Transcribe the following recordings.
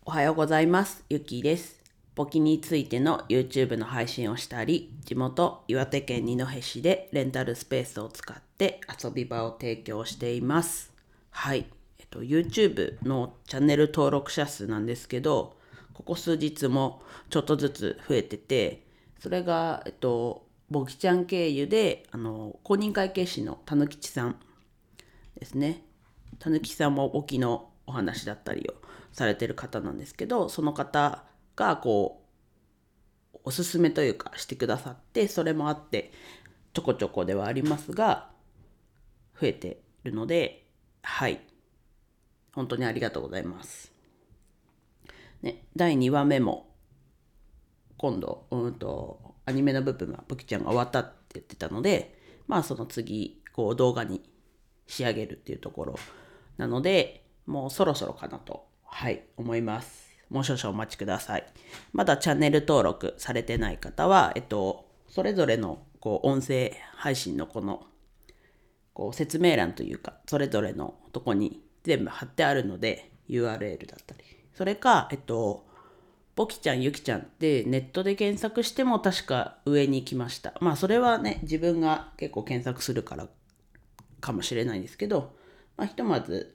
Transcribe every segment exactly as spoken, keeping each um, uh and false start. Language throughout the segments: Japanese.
おはようございます。ゆきです。簿記についての YouTube の配信をしたり、地元岩手県二戸市でレンタルスペースを使って遊び場を提供しています。はい。えっと、YouTube のチャンネル登録者数なんですけど、ここ数日もちょっとずつ増えてて、それが、えっと、簿記ちゃん経由で、あの、公認会計士のたぬきちさんですね。たぬきさんも簿記のお話だったりをされてる方なんですけど、その方がこうおすすめというかしてくださって、それもあってちょこちょこではありますが増えてるので、はい本当にありがとうございます。ね、だいにわめも今度うんとアニメの部分はぶきちゃんが終わったって言ってたので、まあその次こう動画に仕上げるっていうところなので、もうそろそろかなとはい思います。もう少々お待ちください。まだチャンネル登録されてない方は、えっと、それぞれのこう音声配信のこのこう説明欄というか、それぞれのとこに全部貼ってあるので、ユーアールエル だったり。それか、えっと、ぼきちゃん、ゆきちゃんってネットで検索しても確か上に来ました。まあそれはね、自分が結構検索するからかもしれないんですけど、まあ、ひとまず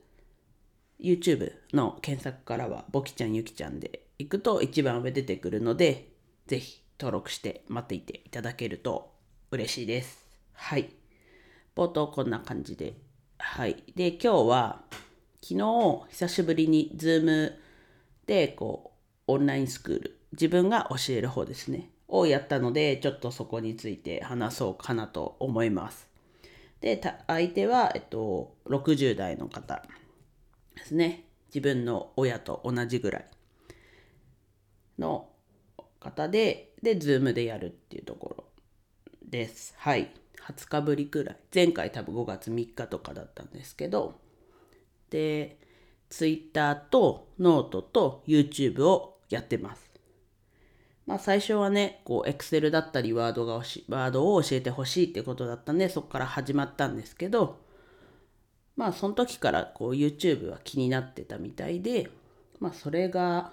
YouTube の検索からはぼきちゃんゆきちゃんで行くと一番上出てくるので、ぜひ登録して待っていていただけると嬉しいです。はい。冒頭こんな感じで。はい。で、今日は昨日久しぶりに Zoom でこうオンラインスクール、自分が教える方ですね、をやったので、ちょっとそこについて話そうかなと思います。で、相手は、えっと、ろくじゅう代の方ですね。自分の親と同じぐらいの方で、で、ズームでやるっていうところです。はい。はつかぶりくらい。前回多分ごがつみっかとかだったんですけど、で、Twitter とノートと YouTube をやってます。まあ最初はね、こう Excel だったりワードがワードを教えてほしいってことだったんで、そこから始まったんですけど、まあその時からこう YouTube は気になってたみたいで、まあそれが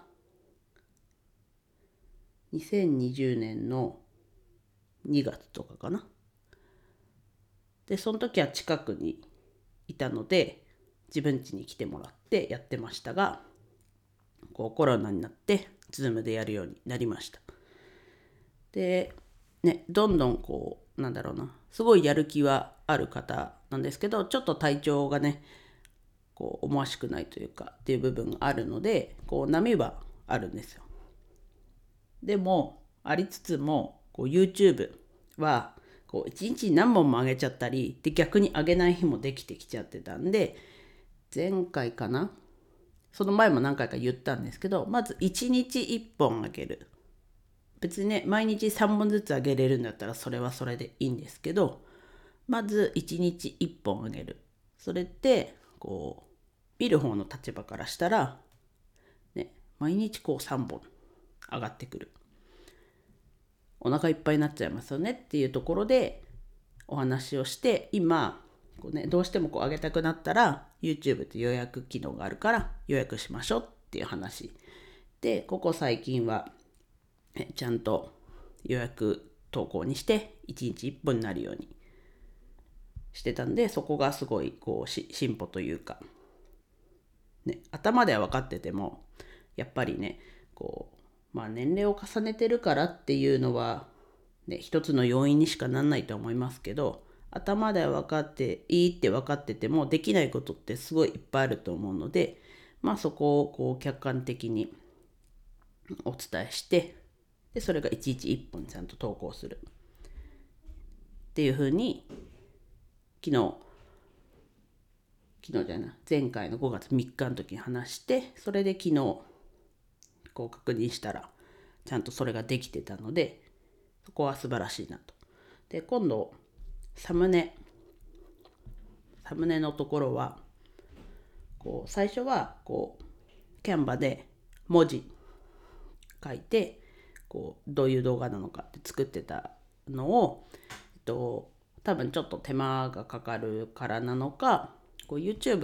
にせんにじゅうねんのにがつとかかな。で、その時は近くにいたので、自分家に来てもらってやってましたが、こうコロナになって、ズームでやるようになりました。で、ね、どんどんこう、なんだろうな、すごいやる気はある方なんですけど、ちょっと体調がね、こう思わしくないというかっていう部分があるので、こう波はあるんですよ。でもありつつもこう YouTube はこういちにちに何本も上げちゃったりで、逆に上げない日もできてきちゃってたんで、前回かな、その前も何回か言ったんですけど、まずいちにちいっぽん上げる。別にね、毎日さんぼんずつ上げれるんだったらそれはそれでいいんですけど、まずいちにちいっぽん上げる。それってこう見る方の立場からしたら、ね、毎日こうさんぼん上がってくる。お腹いっぱいになっちゃいますよねっていうところでお話をして、今こう、ね、どうしてもこう上げたくなったら YouTube って予約機能があるから予約しましょうっていう話で、ここ最近はちゃんと予約投稿にしていちにちいっぽんになるようにしてたんで、そこがすごいこうし進歩というか、ね、頭では分かっててもやっぱりね、こうまあ年齢を重ねてるからっていうのは、ね、一つの要因にしかなんないと思いますけど、頭では分かっていいって分かっててもできないことってすごいいっぱいあると思うので、まあそこをこう客観的にお伝えして、でそれがいちにちいっぽんちゃんと投稿するっていうふうに、昨日昨日じゃない前回のごがつみっかの時に話して、それで昨日こう確認したらちゃんとそれができてたので、そこは素晴らしいなと。で、今度サムネサムネのところはこう最初はこうキャンバで文字書いて、こうどういう動画なのかって作ってたのを、えっと、多分ちょっと手間がかかるからなのか、こう YouTube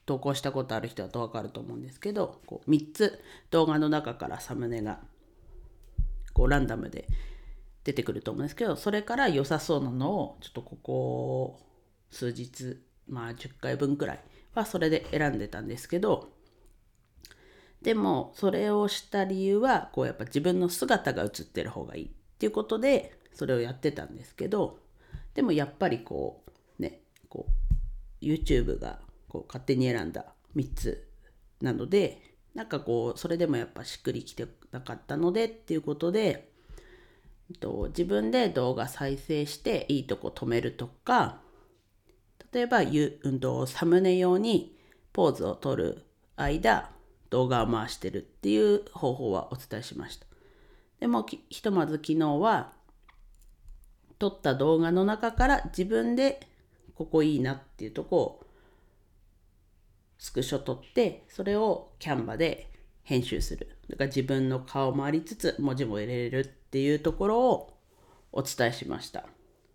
投稿したことある人だと分かると思うんですけど、こうみっつ動画の中からサムネがこうランダムで出てくると思うんですけど、それから良さそうなのをちょっとここ数日、まあじゅっかいぶんくらいはそれで選んでたんですけど、でもそれをした理由はこうやっぱ自分の姿が映ってる方がいいっていうことでそれをやってたんですけど、でもやっぱりこうね、こう YouTube がこう勝手に選んだみっつなので、なんかこうそれでもやっぱしっくりきてなかったのでっていうことで、と自分で動画再生していいとこ止めるとか、例えば、うんと、サムネ用にポーズを取る間動画を回してるっていう方法はお伝えしました。でもひとまず昨日は撮った動画の中から自分でここいいなっていうとこをスクショ撮って、それをキャンバで編集する。だから自分の顔もありつつ文字も入れれるっていうところをお伝えしました。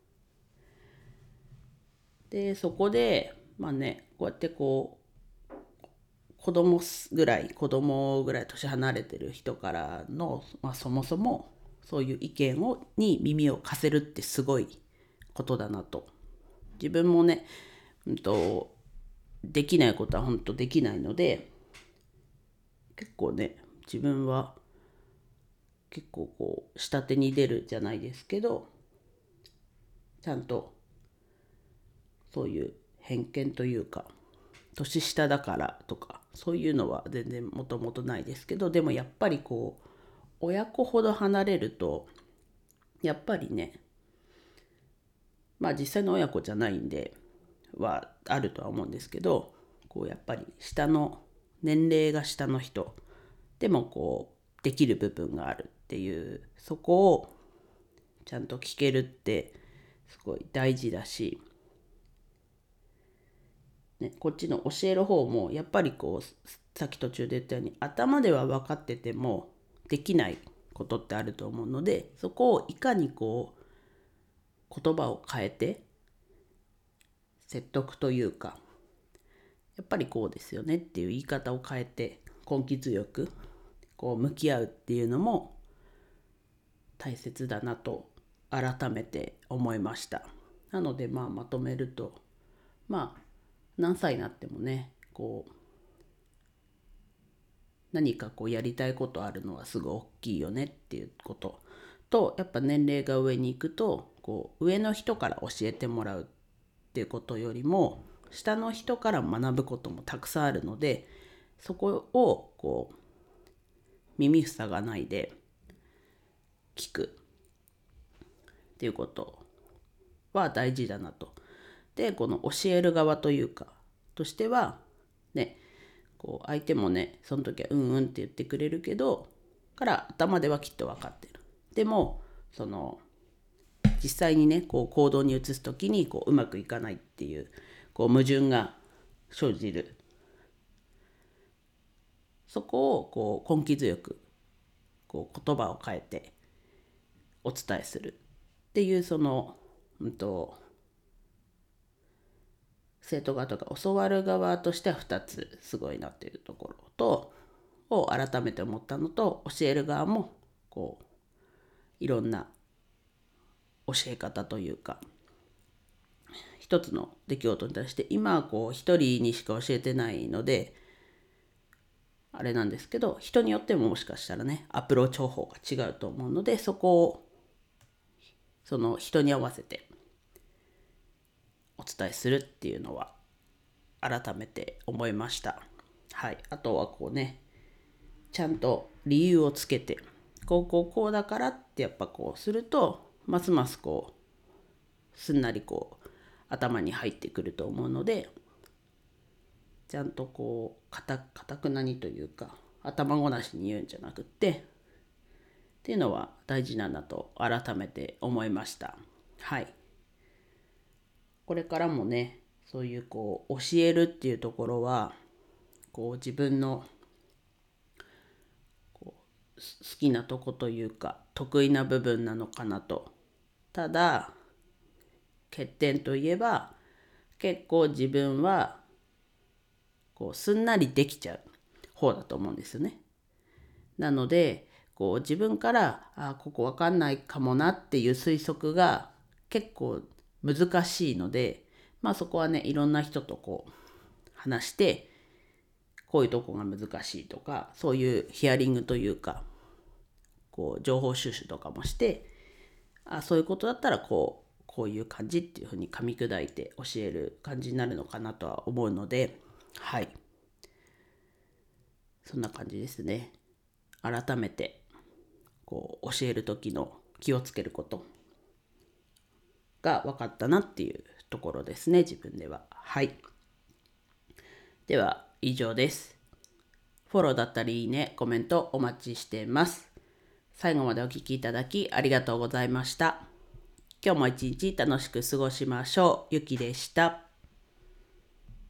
でそこでまあね、こうやってこう子供ぐらい子供ぐらい年離れてる人からの、まあ、そもそもそういう意見をに耳を貸せるってすごいことだなと。自分もね、うんと、できないことは本当できないので、結構ね自分は結構こう下手に出るじゃないですけど、ちゃんとそういう偏見というか、年下だからとかそういうのは全然もともとないですけど、でもやっぱりこう親子ほど離れるとやっぱりね、まあ実際の親子じゃないんではあるとは思うんですけど、こうやっぱり下の年齢が下の人でもこうできる部分があるっていう、そこをちゃんと聞けるってすごい大事だし、ね、こっちの教える方もやっぱりこうさっき途中で言ったように頭では分かっててもできないことってあると思うので、そこをいかにこう言葉を変えて説得というか、やっぱりこうですよねっていう言い方を変えて根気強くこう向き合うっていうのも大切だなと改めて思いました。なのでまあまとめると、まあ何歳になってもね、こう何かこうやりたいことあるのはすごい大きいよねっていうことと、やっぱ年齢が上に行くとこう上の人から教えてもらうっていうことよりも下の人から学ぶこともたくさんあるので、そこをこう耳塞がないで聞くっていうことは大事だなと。でこの教える側というかとしてはね、こう相手もねその時はうんうんって言ってくれるけどから頭ではきっと分かってる。でもその実際にねこう行動に移す時にこううまくいかないっていうこう矛盾が生じる。そこをこう根気強くこう言葉を変えてお伝えするっていう、その、うんと、生徒側とか教わる側としてはふたつすごいなっていうところとを改めて思ったのと、教える側もこういろんな教え方というか一つの出来事に対して今はこう一人にしか教えてないのであれなんですけど、人によってももしかしたらねアプローチ方法が違うと思うので、そこをその人に合わせてお伝えするっていうのは改めて思いました。はい、あとはこうねちゃんと理由をつけてこうこうこうだからってやっぱこうするとますますこうすんなりこう頭に入ってくると思うので、ちゃんとこうかたかくなにというか頭ごなしに言うんじゃなくってっていうのは大事なんだと改めて思いました。はい。これからもねそういうこう教えるっていうところはこう自分のこう好きなとこというか得意な部分なのかなと。ただ欠点といえば結構自分はこうすんなりできちゃう方だと思うんですよね。なのでこう自分からあここわかんないかもなっていう推測が結構難しいので、まあそこはねいろんな人とこう話してこういうとこが難しいとかそういうヒアリングというかこう情報収集とかもしてあそういうことだったらこうこういう感じっていうふうに噛み砕いて教える感じになるのかなとは思うので、はいそんな感じですね。改めてこう教える時の気をつけることが分かったなっていうところですね、自分では。はい。では以上です。フォローだったりいいね、コメントお待ちしています。最後までお聞きいただきありがとうございました。今日も一日楽しく過ごしましょう。ゆきでした。